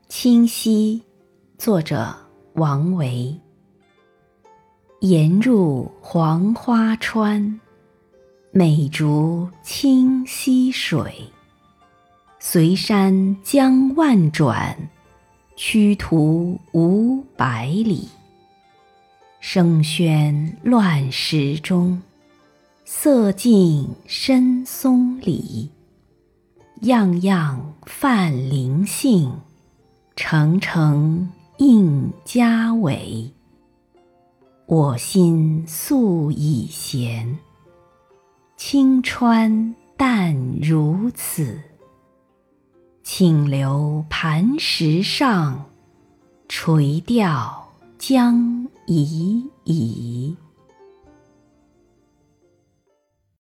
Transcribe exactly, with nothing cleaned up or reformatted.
清溪，作者王维。沿入黄花川，美逐清溪水。随山将万转，驱途五百里。声喧乱石中，色尽深松里。样样泛灵性，澄澄映家伟。我心素已闲，清川淡如此。请留磐石上，垂钓将已矣。